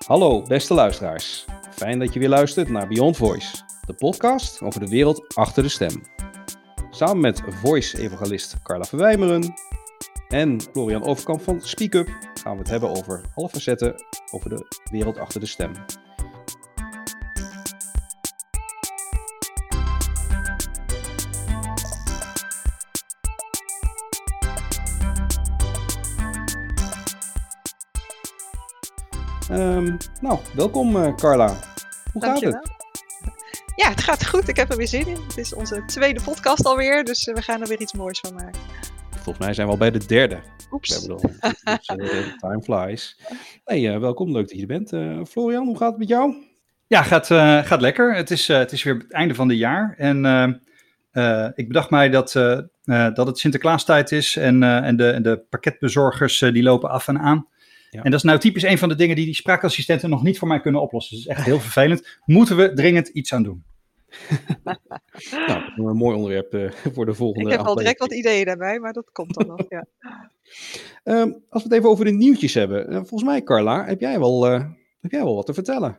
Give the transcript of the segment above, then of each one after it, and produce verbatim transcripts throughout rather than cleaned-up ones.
Hallo beste luisteraars, fijn dat je weer luistert naar Beyond Voice, de podcast over de wereld achter de stem. Samen met voice-evangelist Carla Verwijmeren en Florian Overkamp van Speak Up gaan we het hebben over alle facetten over de wereld achter de stem. Um, nou, welkom uh, Carla. Hoe Dankjewel. gaat het? Ja, het gaat goed. Ik heb er weer zin in. Het is onze tweede podcast alweer, dus uh, we gaan er weer iets moois van maken. Volgens mij zijn we al bij de derde. Oeps. Dus, uh, time flies. Hey, uh, welkom. Leuk dat je er bent. Uh, Florian, hoe gaat het met jou? Ja, gaat, uh, gaat lekker. Het is, uh, het is weer het einde van het jaar. En uh, uh, ik bedacht mij dat, uh, uh, dat het Sinterklaastijd is. En, uh, en, de, en de pakketbezorgers uh, die lopen af en aan. Ja. En dat is nou typisch een van de dingen die die spraakassistenten nog niet voor mij kunnen oplossen. Dus dat is echt heel vervelend. Moeten we dringend iets aan doen. Nou, een mooi onderwerp uh, voor de volgende Ik heb al direct aflevering. wat ideeën daarbij, maar dat komt dan nog, ja. Um, als we het even over de nieuwtjes hebben. Uh, volgens mij, Carla, heb jij wel, uh, heb jij wel wat te vertellen?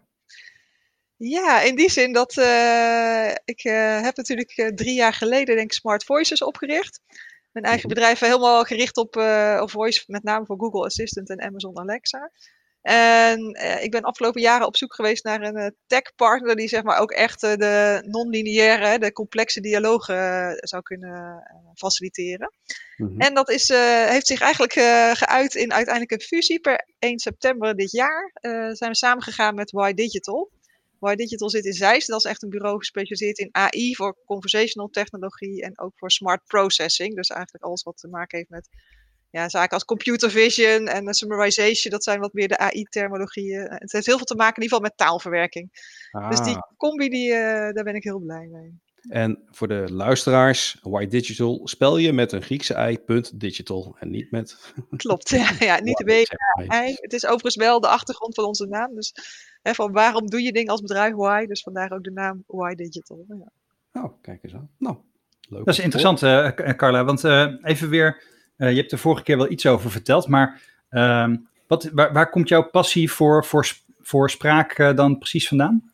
Ja, in die zin dat uh, ik uh, heb natuurlijk uh, drie jaar geleden denk ik Smart Voices opgericht. Mijn eigen bedrijf helemaal gericht op, uh, op voice, met name voor Google Assistant en Amazon Alexa. En uh, ik ben afgelopen jaren op zoek geweest naar een uh, tech-partner die zeg maar ook echt uh, de non-lineaire, de complexe dialogen uh, zou kunnen uh, faciliteren. Mm-hmm. En dat is, uh, heeft zich eigenlijk uh, geuit in uiteindelijk een fusie. Per één september dit jaar uh, zijn we samengegaan met Y Digital. Y Digital zit in Zeist. Dat is echt een bureau gespecialiseerd in A I voor conversational technologie en ook voor smart processing. Dus eigenlijk alles wat te maken heeft met ja, zaken als computer vision en uh, summarization. Dat zijn wat meer de A I-terminologieën. Het heeft heel veel te maken in ieder geval met taalverwerking. Ah. Dus die combi, die, uh, daar ben ik heel blij mee. En voor de luisteraars, Y Digital spel je met een Griekse i, punt digital en niet met... Klopt, ja, ja niet de W, I. Het is overigens wel de achtergrond van onze naam. Dus hè, van waarom doe je dingen als bedrijf Y? Dus vandaar ook de naam Y Digital. Ja. Oh, kijk eens aan. Nou, leuk. Dat is interessant, uh, Carla, want uh, even weer, uh, je hebt er vorige keer wel iets over verteld, maar uh, wat, waar, waar komt jouw passie voor, voor, voor spraak uh, dan precies vandaan?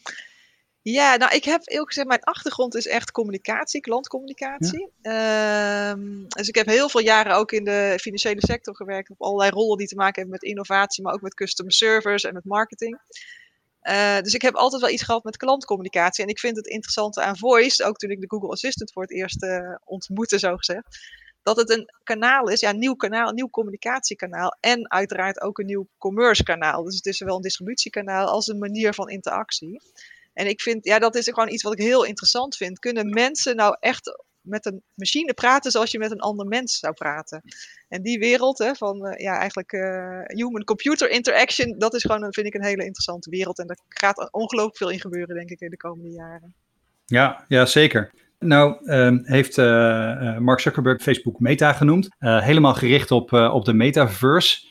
Ja, nou ik heb eerlijk gezegd, mijn achtergrond is echt communicatie, klantcommunicatie. Ja. Um, dus ik heb heel veel jaren ook in de financiële sector gewerkt op allerlei rollen die te maken hebben met innovatie, maar ook met customer service en met marketing. Uh, dus ik heb altijd wel iets gehad met klantcommunicatie. En ik vind het interessante aan Voice, ook toen ik de Google Assistant voor het eerst uh, ontmoette, zo gezegd, dat het een kanaal is, ja, een nieuw kanaal, een nieuw communicatiekanaal en uiteraard ook een nieuw commerce kanaal. Dus het is zowel een distributiekanaal als een manier van interactie. En ik vind, ja, dat is gewoon iets wat ik heel interessant vind. Kunnen mensen nou echt met een machine praten zoals je met een ander mens zou praten? En die wereld hè, van, uh, ja, eigenlijk uh, human-computer interaction, dat is gewoon, vind ik, een hele interessante wereld. En daar gaat ongelooflijk veel in gebeuren, denk ik, in de komende jaren. Ja, ja zeker. Nou, uh, heeft uh, uh, Mark Zuckerberg Facebook Meta genoemd. Uh, helemaal gericht op, uh, op de metaverse.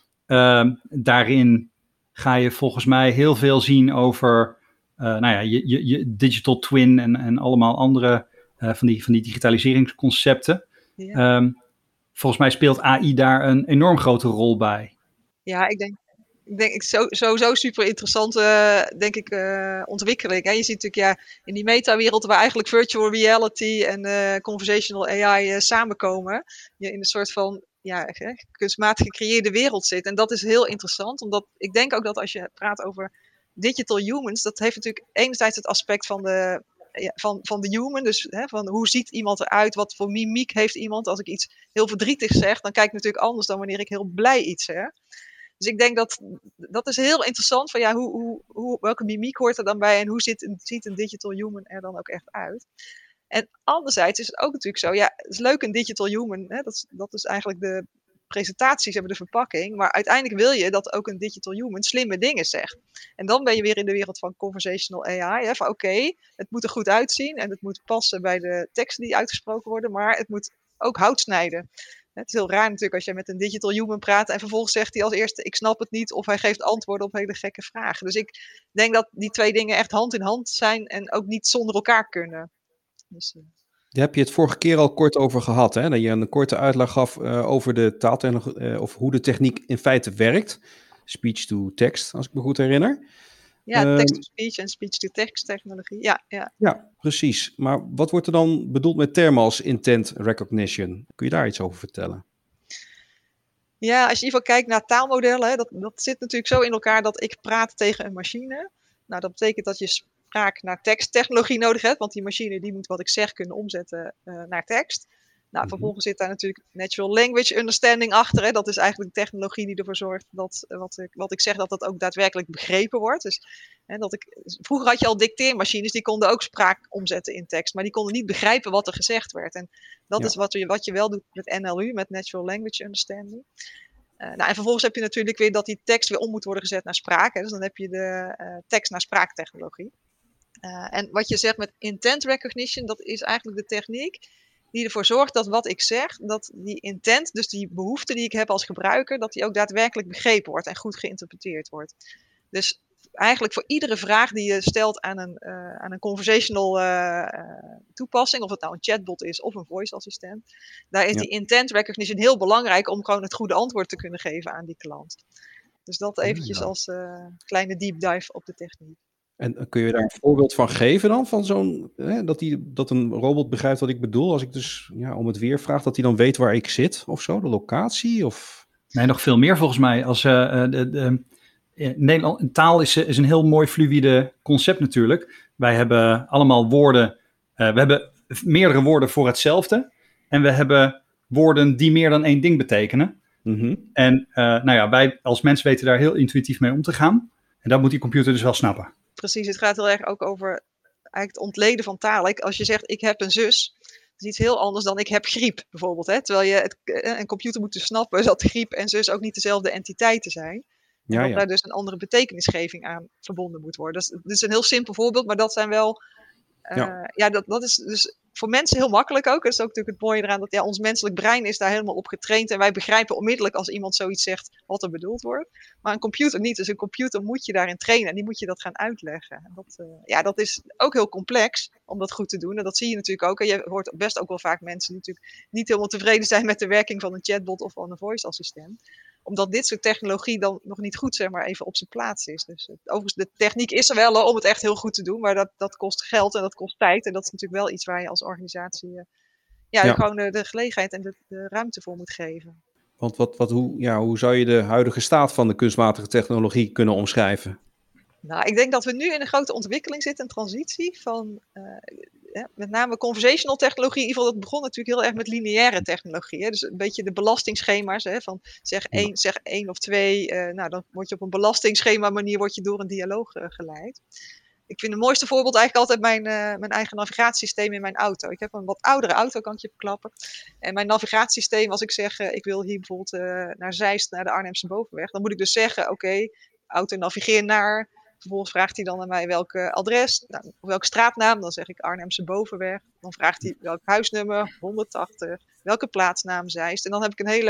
Uh, daarin ga je volgens mij heel veel zien over... Uh, nou ja, je, je, je digital twin en, en allemaal andere uh, van, die, van die digitaliseringsconcepten. Ja. Um, volgens mij speelt A I daar een enorm grote rol bij. Ja, ik denk, ik denk ik zo, sowieso super interessante, uh, denk ik, uh, ontwikkeling. Hè? Je ziet natuurlijk ja, in die metawereld waar eigenlijk virtual reality en uh, conversational A I uh, samenkomen. Je in een soort van ja, kunstmatig gecreëerde wereld zit. En dat is heel interessant, omdat ik denk ook dat als je praat over digital humans, dat heeft natuurlijk enerzijds het aspect van de, ja, van, van de human, dus hè, van hoe ziet iemand eruit, wat voor mimiek heeft iemand. Als ik iets heel verdrietigs zeg, dan kijk ik natuurlijk anders dan wanneer ik heel blij iets zeg. Dus ik denk dat, dat is heel interessant, van ja, hoe, hoe, hoe, welke mimiek hoort er dan bij en hoe ziet een, ziet een digital human er dan ook echt uit. En anderzijds is het ook natuurlijk zo, ja, het is leuk een digital human, hè, dat, is, dat is eigenlijk de presentaties hebben de verpakking, maar uiteindelijk wil je dat ook een digital human slimme dingen zegt. En dan ben je weer in de wereld van conversational A I, hè, van oké, okay, het moet er goed uitzien en het moet passen bij de teksten die uitgesproken worden, maar het moet ook hout snijden. Het is heel raar natuurlijk als je met een digital human praat en vervolgens zegt hij als eerste ik snap het niet of hij geeft antwoorden op hele gekke vragen. Dus ik denk dat die twee dingen echt hand in hand zijn en ook niet zonder elkaar kunnen. Dus, uh... Daar heb je het vorige keer al kort over gehad, hè? Dat je een korte uitleg gaf uh, over de taaltechnologie, uh, of hoe de techniek in feite werkt. speech-to-text, als ik me goed herinner. Ja, Uh, text-to-speech en speech-to-text technologie. Ja, ja. ja, precies. Maar wat wordt er dan bedoeld met termen als intent recognition? Kun je daar iets over vertellen? Ja, als je in ieder geval kijkt naar taalmodellen, hè, dat, dat zit natuurlijk zo in elkaar dat ik praat tegen een machine. Nou, dat betekent dat je spraak naar teksttechnologie nodig hebt, want die machine die moet wat ik zeg kunnen omzetten uh, naar tekst. Nou, mm-hmm. Vervolgens zit daar natuurlijk natural language understanding achter. Hè. Dat is eigenlijk de technologie die ervoor zorgt dat uh, wat, ik, wat ik zeg, dat dat ook daadwerkelijk begrepen wordt. Dus, hè, dat ik, vroeger had je al dicteermachines, die konden ook spraak omzetten in tekst, maar die konden niet begrijpen wat er gezegd werd. En dat ja. is wat je, wat je wel doet met N L U, met natural language understanding. Uh, nou, en vervolgens heb je natuurlijk weer dat die tekst weer om moet worden gezet naar spraak. Hè. Dus dan heb je de uh, tekst naar spraaktechnologie. Uh, en wat je zegt met intent recognition, dat is eigenlijk de techniek die ervoor zorgt dat wat ik zeg, dat die intent, dus die behoefte die ik heb als gebruiker, dat die ook daadwerkelijk begrepen wordt en goed geïnterpreteerd wordt. Dus eigenlijk voor iedere vraag die je stelt aan een, uh, aan een conversational uh, uh, toepassing, of het nou een chatbot is of een voice assistent, daar is ja. die intent recognition heel belangrijk om gewoon het goede antwoord te kunnen geven aan die klant. Dus dat eventjes ja. als uh, kleine deep dive op de techniek. En kun je daar een voorbeeld van geven dan? Van zo'n, hè, dat, die, dat een robot begrijpt wat ik bedoel? Als ik dus ja, om het weer vraag, dat hij dan weet waar ik zit of zo? De locatie? Of... Nee, nog veel meer volgens mij. Als, uh, de, de, Nederland, taal is, is een heel mooi fluïde concept natuurlijk. Wij hebben allemaal woorden. Uh, we hebben meerdere woorden voor hetzelfde. En we hebben woorden die meer dan één ding betekenen. Mm-hmm. En uh, nou ja, wij als mens weten daar heel intuïtief mee om te gaan. En dat moet die computer dus wel snappen. Precies, het gaat heel erg ook over eigenlijk het ontleden van taal. Als je zegt, ik heb een zus, dat is iets heel anders dan ik heb griep, bijvoorbeeld. Hè? Terwijl je het, een computer moet dus snappen dat griep en zus ook niet dezelfde entiteiten zijn. En ja, dat ja. daar dus een andere betekenisgeving aan verbonden moet worden. Dat is, dat is een heel simpel voorbeeld, maar dat zijn wel... Uh, ja, ja dat, dat is dus voor mensen heel makkelijk ook. Dat is ook natuurlijk het mooie eraan dat ja, ons menselijk brein is daar helemaal op getraind. En wij begrijpen onmiddellijk als iemand zoiets zegt wat er bedoeld wordt. Maar een computer niet. Dus een computer moet je daarin trainen en die moet je dat gaan uitleggen. En dat, uh, ja, dat is ook heel complex om dat goed te doen. En dat zie je natuurlijk ook. En je hoort best ook wel vaak mensen die natuurlijk niet helemaal tevreden zijn met de werking van een chatbot of van een voice assistent. Omdat dit soort technologie dan nog niet goed, zeg maar, even op zijn plaats is. Dus overigens, de techniek is er wel om het echt heel goed te doen. Maar dat, dat kost geld en dat kost tijd. En dat is natuurlijk wel iets waar je als organisatie uh, ja, ja. gewoon de, de gelegenheid en de, de ruimte voor moet geven. Want wat, wat, hoe, ja, hoe zou je de huidige staat van de kunstmatige technologie kunnen omschrijven? Nou, ik denk dat we nu in een grote ontwikkeling zitten, een transitie van... Uh, Ja, met name conversational technologie, in ieder geval dat begon natuurlijk heel erg met lineaire technologie. Hè? Dus een beetje de belastingsschema's, hè? Van zeg één, zeg één of twee, uh, nou dan word je op een belastingsschema manier word je door een dialoog uh, geleid. Ik vind het mooiste voorbeeld eigenlijk altijd mijn, uh, mijn eigen navigatiesysteem in mijn auto. Ik heb een wat oudere auto, kan ik je verklappen. En mijn navigatiesysteem, als ik zeg, uh, ik wil hier bijvoorbeeld uh, naar Zeist, naar de Arnhemse Bovenweg, dan moet ik dus zeggen, oké, okay, auto navigeer naar... Vervolgens vraagt hij dan aan mij welk uh, adres, nou, of welke straatnaam. Dan zeg ik Arnhemse Bovenweg. Dan vraagt hij welk huisnummer, honderdtachtig, welke plaatsnaam Zeist. En dan heb ik een hele,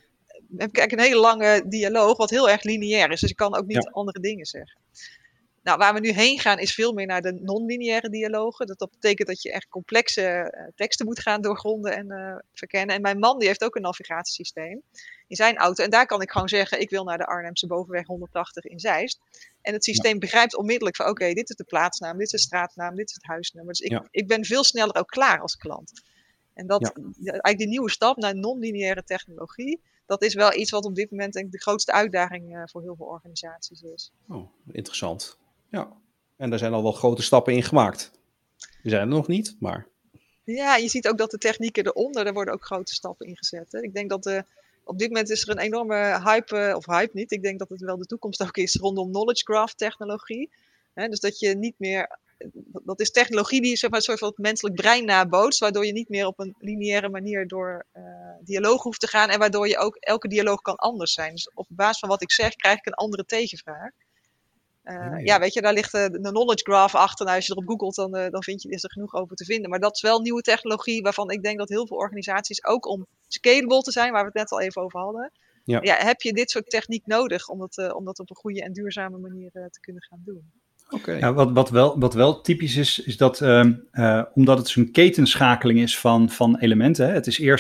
heb ik eigenlijk een hele lange dialoog, wat heel erg lineair is. Dus ik kan ook niet ja. andere dingen zeggen. Nou, waar we nu heen gaan is veel meer naar de non-lineaire dialogen. Dat, dat betekent dat je echt complexe uh, teksten moet gaan doorgronden en uh, verkennen. En mijn man die heeft ook een navigatiesysteem in zijn auto. En daar kan ik gewoon zeggen, ik wil naar de Arnhemse Bovenweg honderdtachtig in Zeist. En het systeem ja. begrijpt onmiddellijk van, oké, okay, dit is de plaatsnaam, dit is de straatnaam, dit is het huisnummer. Dus ik, ja. ik ben veel sneller ook klaar als klant. En dat, ja. eigenlijk die nieuwe stap naar non-lineaire technologie, dat is wel iets wat op dit moment denk ik de grootste uitdaging uh, voor heel veel organisaties is. Oh, interessant. Ja, en daar zijn al wel grote stappen in gemaakt. Die zijn er nog niet, maar... Ja, je ziet ook dat de technieken eronder, daar worden ook grote stappen in gezet. Hè. Ik denk dat de, op dit moment is er een enorme hype, of hype niet, ik denk dat het wel de toekomst ook is rondom knowledge graph technologie. Hè, dus dat je niet meer, dat is technologie die zeg maar, een soort van het menselijk brein nabootst, waardoor je niet meer op een lineaire manier door uh, dialoog hoeft te gaan en waardoor je ook, elke dialoog kan anders zijn. Dus op basis van wat ik zeg, krijg ik een andere tegenvraag. Uh, ja, ja. ja, weet je, daar ligt uh, de knowledge graph achter. Nou, als je erop googelt, dan, uh, dan vind je, is er genoeg over te vinden. Maar dat is wel nieuwe technologie waarvan ik denk dat heel veel organisaties, ook om scalable te zijn, waar we het net al even over hadden, ja. Ja, heb je dit soort techniek nodig om dat, uh, om dat op een goede en duurzame manier uh, te kunnen gaan doen. Okay. Ja, wat, wat, wel, wat wel typisch is, is dat uh, uh, omdat het zo'n ketenschakeling is van, van elementen. Hè, het is eerst,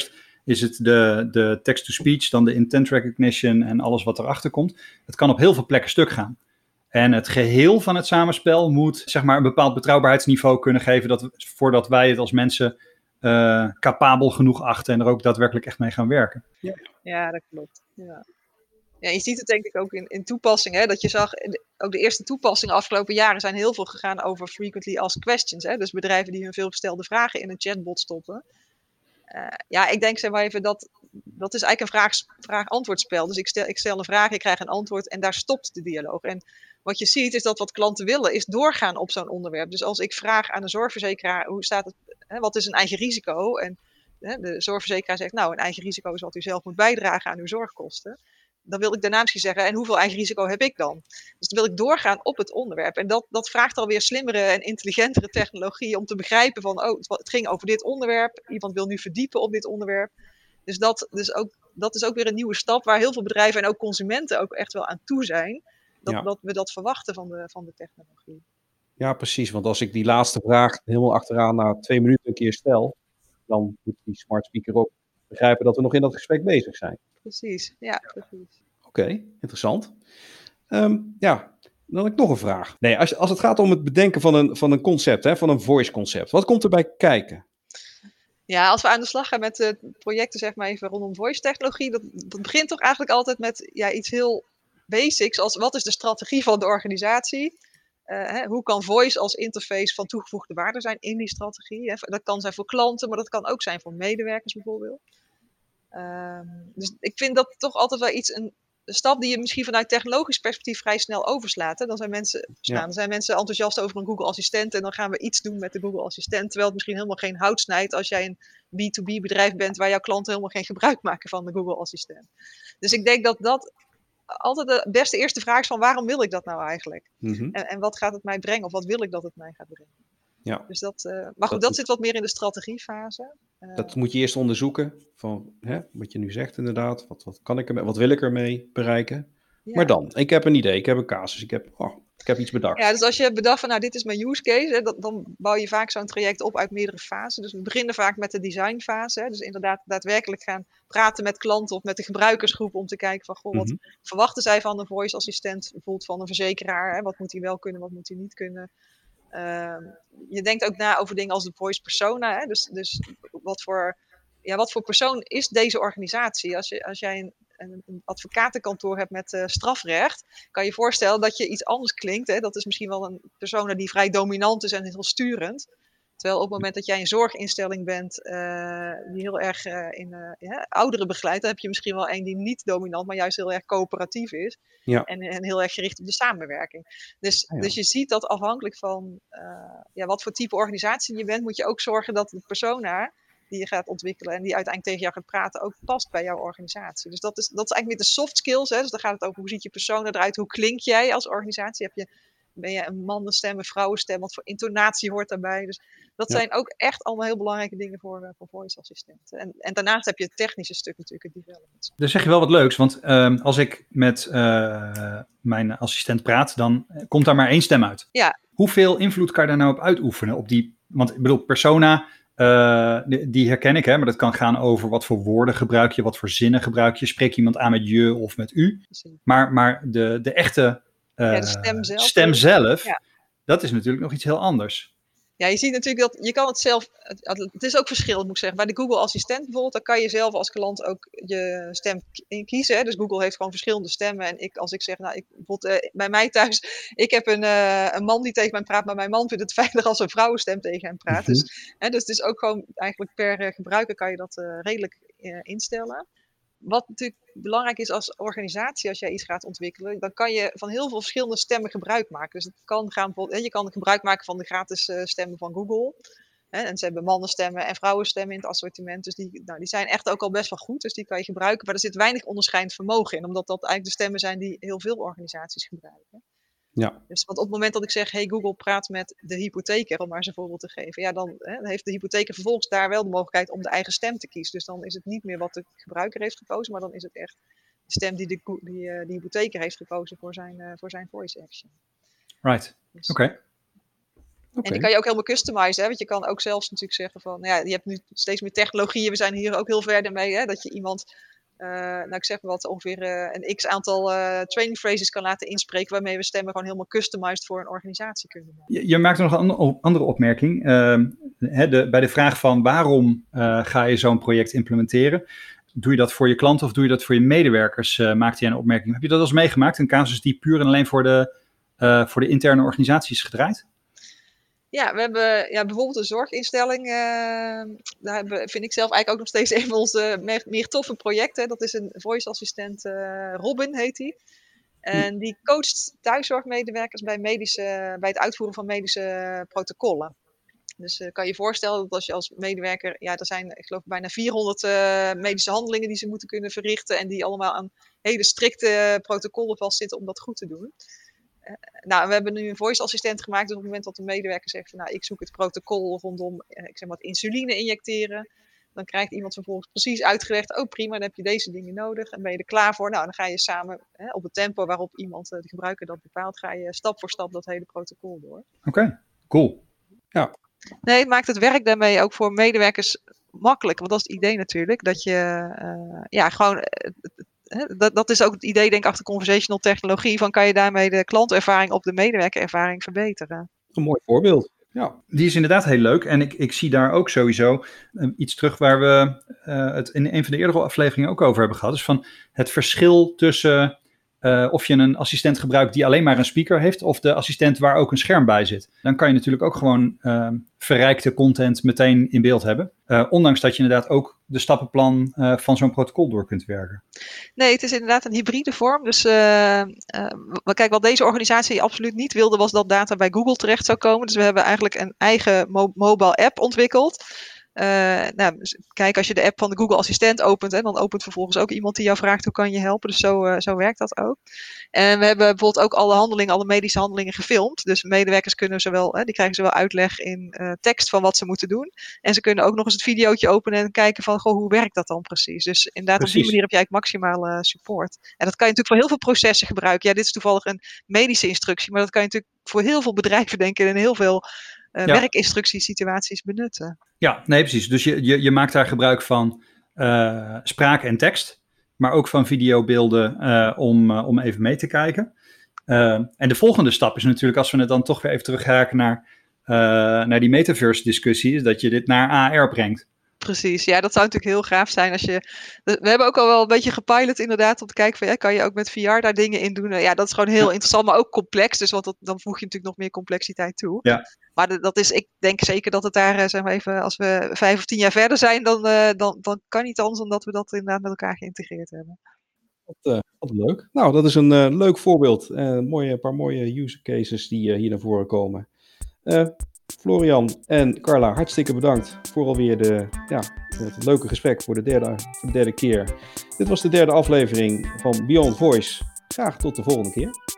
Is het de, de text-to-speech, dan de intent recognition en alles wat erachter komt? Het kan op heel veel plekken stuk gaan. En het geheel van het samenspel moet zeg maar een bepaald betrouwbaarheidsniveau kunnen geven dat we, voordat wij het als mensen uh, capabel genoeg achten en er ook daadwerkelijk echt mee gaan werken. Ja, ja dat klopt. Ja. Ja, je ziet het denk ik ook in, in toepassingen. Hè, dat je zag, ook de eerste toepassingen afgelopen jaren zijn heel veel gegaan over frequently asked questions. Hè, dus bedrijven die hun veelgestelde vragen in een chatbot stoppen. Uh, ja, ik denk zeg maar even dat, dat is eigenlijk een vraag, vraag-antwoordspel. Dus ik stel, ik stel een vraag, ik krijg een antwoord en daar stopt de dialoog. En wat je ziet is dat wat klanten willen is doorgaan op zo'n onderwerp. Dus als ik vraag aan een zorgverzekeraar, hoe staat het, hè, wat is een eigen risico? En hè, de zorgverzekeraar zegt, nou, een eigen risico is wat u zelf moet bijdragen aan uw zorgkosten. Dan wil ik daarna misschien zeggen, en hoeveel eigen risico heb ik dan? Dus dan wil ik doorgaan op het onderwerp. En dat, dat vraagt alweer slimmere en intelligentere technologie om te begrijpen van, oh, het ging over dit onderwerp. Iemand wil nu verdiepen op dit onderwerp. Dus, dat, dus ook, dat is ook weer een nieuwe stap waar heel veel bedrijven en ook consumenten ook echt wel aan toe zijn. Dat, ja. dat we dat verwachten van de, van de technologie. Ja, precies. Want als ik die laatste vraag helemaal achteraan na twee minuten een keer stel, dan moet die smart speaker ook begrijpen dat we nog in dat gesprek bezig zijn. Precies, ja, precies. Oké, okay, interessant. Um, ja, dan heb ik nog een vraag. Nee, als, als het gaat om het bedenken van een, van een concept, hè, van een voice concept, wat komt erbij kijken? Ja, als we aan de slag gaan met uh, projecten, zeg maar even rondom voice technologie, dat, dat begint toch eigenlijk altijd met ja, iets heel basics, als wat is de strategie van de organisatie? Uh, hè, hoe kan voice als interface van toegevoegde waarde zijn in die strategie? Hè? Dat kan zijn voor klanten, maar dat kan ook zijn voor medewerkers bijvoorbeeld. Um, dus ik vind dat toch altijd wel iets, een, een stap die je misschien vanuit technologisch perspectief vrij snel overslaat. Hè? Dan zijn mensen, staan, ja. dan zijn mensen enthousiast over een Google Assistent en dan gaan we iets doen met de Google Assistent, terwijl het misschien helemaal geen hout snijdt als jij een B twee B bedrijf bent waar jouw klanten helemaal geen gebruik maken van de Google Assistent. Dus ik denk dat dat altijd de beste eerste vraag is van waarom wil ik dat nou eigenlijk? Mm-hmm. En, en wat gaat het mij brengen of wat wil ik dat het mij gaat brengen? Ja. Dus dat, uh, maar goed, dat, dat zit wat meer in de strategiefase. Uh, dat moet je eerst onderzoeken, van hè, wat je nu zegt inderdaad. Wat, wat kan ik ermee, wat wil ik ermee bereiken? Ja. Maar dan, ik heb een idee, ik heb een casus, ik heb, oh, ik heb iets bedacht. Ja, dus als je hebt bedacht van nou dit is mijn use case, hè, dat, dan bouw je vaak zo'n traject op uit meerdere fasen. Dus we beginnen vaak met de designfase. Hè, dus inderdaad daadwerkelijk gaan praten met klanten of met de gebruikersgroep om te kijken van goh, wat mm-hmm. verwachten zij van een voice assistent, bijvoorbeeld van een verzekeraar. Hè, wat moet hij wel kunnen, wat moet hij niet kunnen. Uh, je denkt ook na over dingen als de voice persona. Hè? Dus, dus wat, voor, ja, wat voor persoon is deze organisatie? Als, je, als jij een, een, een advocatenkantoor hebt met uh, strafrecht, kan je je voorstellen dat je iets anders klinkt. Hè? Dat is misschien wel een persona die vrij dominant is en heel sturend. Terwijl op het moment dat jij een zorginstelling bent uh, die heel erg uh, in uh, ja, ouderen begeleidt, dan heb je misschien wel een die niet dominant, maar juist heel erg coöperatief is. Ja. En, en heel erg gericht op de samenwerking. Dus, ja, ja. dus je ziet dat afhankelijk van uh, ja, wat voor type organisatie je bent, moet je ook zorgen dat de persona die je gaat ontwikkelen en die uiteindelijk tegen jou gaat praten, ook past bij jouw organisatie. Dus dat is, dat is eigenlijk weer de soft skills. Hè? Dus dan gaat het over hoe ziet je persona eruit, hoe klink jij als organisatie? Heb je, ben je een mannenstem, een vrouwenstem, wat voor intonatie hoort daarbij? Dus dat ja. zijn ook echt allemaal heel belangrijke dingen voor, uh, voor voice assistenten. En, en daarnaast heb je het technische stuk natuurlijk, het development. Dus zeg je wel wat leuks, want uh, als ik met uh, mijn assistent praat, dan komt daar maar één stem uit. Ja. Hoeveel invloed kan je daar nou op uitoefenen? Op die, want ik bedoel, persona, uh, die, die herken ik, hè, maar dat kan gaan over wat voor woorden gebruik je, wat voor zinnen gebruik je. Spreek je iemand aan met je of met u? Maar, maar de, de echte uh, ja, de stem zelf, stem zelf ja. dat is natuurlijk nog iets heel anders. Ja, je ziet natuurlijk dat je kan het zelf, het is ook verschillend moet ik zeggen. Bij de Google Assistent bijvoorbeeld, dan kan je zelf als klant ook je stem kiezen. Hè? Dus Google heeft gewoon verschillende stemmen. En ik, als ik zeg, nou, ik, bijvoorbeeld uh, bij mij thuis, ik heb een, uh, een man die tegen mij praat, maar mijn man vindt het veilig als een vrouwenstem tegen hem praat. Mm-hmm. Dus, hè, dus het is ook gewoon, eigenlijk per uh, gebruiker kan je dat uh, redelijk uh, instellen. Wat natuurlijk belangrijk is als organisatie, als jij iets gaat ontwikkelen, dan kan je van heel veel verschillende stemmen gebruik maken. Dus het kan gaan, je kan gebruik maken van de gratis uh, stemmen van Google. Hè, en ze hebben mannenstemmen en vrouwenstemmen in het assortiment. Dus die, nou, die zijn echt ook al best wel goed. Dus die kan je gebruiken. Maar er zit weinig onderscheidend vermogen in. Omdat dat eigenlijk de stemmen zijn die heel veel organisaties gebruiken. Ja. Dus want op het moment dat ik zeg, hey Google praat met de hypotheker, om maar eens een voorbeeld te geven. Ja, dan, hè, dan heeft de hypotheker vervolgens daar wel de mogelijkheid om de eigen stem te kiezen. Dus dan is het niet meer wat de gebruiker heeft gekozen, maar dan is het echt de stem die de, die, uh, de hypotheker heeft gekozen voor zijn, uh, voor zijn voice action. Right, dus, oké. Okay. En die kan je ook helemaal customizen, hè? Want je kan ook zelfs natuurlijk zeggen van, nou ja, je hebt nu steeds meer technologieën, we zijn hier ook heel verder mee, hè? Dat je iemand, uh, nou ik zeg maar wat, ongeveer uh, een x aantal uh, training phrases kan laten inspreken, waarmee we stemmen gewoon helemaal customized voor een organisatie kunnen maken. Je, je maakt nog een andere opmerking. Uh, hè, de, bij de vraag van waarom uh, ga je zo'n project implementeren? Doe je dat voor je klanten of doe je dat voor je medewerkers? Uh, maakte jij een opmerking. Heb je dat al eens meegemaakt? Een casus die puur en alleen voor de, uh, voor de interne organisatie is gedraaid? Ja, we hebben ja, bijvoorbeeld een zorginstelling. Uh, daar hebben, vind ik zelf eigenlijk ook nog steeds een van onze meer, meer toffe projecten. Dat is een voice assistent, uh, Robin heet die. En die coacht thuiszorgmedewerkers bij, medische, bij het uitvoeren van medische protocollen. Dus uh, kan je je voorstellen dat als je als medewerker, ja, er zijn ik geloof bijna vierhonderd uh, medische handelingen die ze moeten kunnen verrichten. En die allemaal aan hele strikte protocollen vastzitten om dat goed te doen. Uh, nou, we hebben nu een voice assistent gemaakt. Dus op het moment dat de medewerker zegt van, nou, ik zoek het protocol rondom, uh, ik zeg maar, insuline injecteren. Dan krijgt iemand vervolgens precies uitgelegd, oh prima, dan heb je deze dingen nodig. En ben je er klaar voor? Nou, dan ga je samen hè, op het tempo waarop iemand, uh, de gebruiker dat bepaalt, ga je stap voor stap dat hele protocol door. Oké, okay, cool. Ja. Nee, het maakt het werk daarmee ook voor medewerkers makkelijk. Want dat is het idee natuurlijk. Dat je, uh, ja, gewoon... Uh, Dat, dat is ook het idee, denk ik, achter conversational technologie. Van kan je daarmee de klantervaring op de medewerkerervaring verbeteren? Een mooi voorbeeld. Ja. Die is inderdaad heel leuk. En ik, ik zie daar ook sowieso uh, iets terug waar we uh, het in een van de eerdere afleveringen ook over hebben gehad. Dus van het verschil tussen uh, of je een assistent gebruikt die alleen maar een speaker heeft, of de assistent waar ook een scherm bij zit. Dan kan je natuurlijk ook gewoon uh, verrijkte content meteen in beeld hebben. Uh, ondanks dat je inderdaad ook de stappenplan uh, van zo'n protocol door kunt werken. Nee, het is inderdaad een hybride vorm. Dus uh, uh, kijk, wat deze organisatie absoluut niet wilde, was dat data bij Google terecht zou komen. Dus we hebben eigenlijk een eigen mo- mobile app ontwikkeld. Uh, nou, kijk, als je de app van de Google Assistent opent, hè, dan opent vervolgens ook iemand die jou vraagt hoe kan je helpen. Dus zo, uh, zo werkt dat ook. En we hebben bijvoorbeeld ook alle handelingen, alle medische handelingen gefilmd. Dus medewerkers kunnen zowel, hè, die krijgen zowel uitleg in uh, tekst van wat ze moeten doen. En ze kunnen ook nog eens het videootje openen en kijken van, goh, hoe werkt dat dan precies? Dus inderdaad, precies. Op die manier heb je eigenlijk maximale support. En dat kan je natuurlijk voor heel veel processen gebruiken. Ja, dit is toevallig een medische instructie, maar dat kan je natuurlijk voor heel veel bedrijven denken en heel veel uh, ja. werkinstructiesituaties benutten. Ja, nee, precies. Dus je, je, je maakt daar gebruik van uh, spraak en tekst, maar ook van videobeelden uh, om, uh, om even mee te kijken. Uh, en de volgende stap is natuurlijk, als we het dan toch weer even terughaken naar, uh, naar die metaverse discussie, is dat je dit naar A R brengt. Precies, ja, dat zou natuurlijk heel gaaf zijn als je... We hebben ook al wel een beetje gepilot inderdaad, om te kijken van, ja, kan je ook met V R daar dingen in doen? Ja, dat is gewoon heel ja. interessant, maar ook complex, dus want dat, dan voeg je natuurlijk nog meer complexiteit toe. Ja. Maar de, dat is, ik denk zeker dat het daar, zeg maar even, als we vijf of tien jaar verder zijn, dan, uh, dan, dan kan niet anders dan dat we dat inderdaad met elkaar geïntegreerd hebben. Wat, uh, wat leuk. Nou, dat is een uh, leuk voorbeeld. Uh, een mooie, paar mooie use cases die uh, hier naar voren komen. Uh, Florian en Carla, hartstikke bedankt voor alweer de, ja, het leuke gesprek voor de, derde, voor de derde keer. Dit was de derde aflevering van Beyond Voice. Graag tot de volgende keer.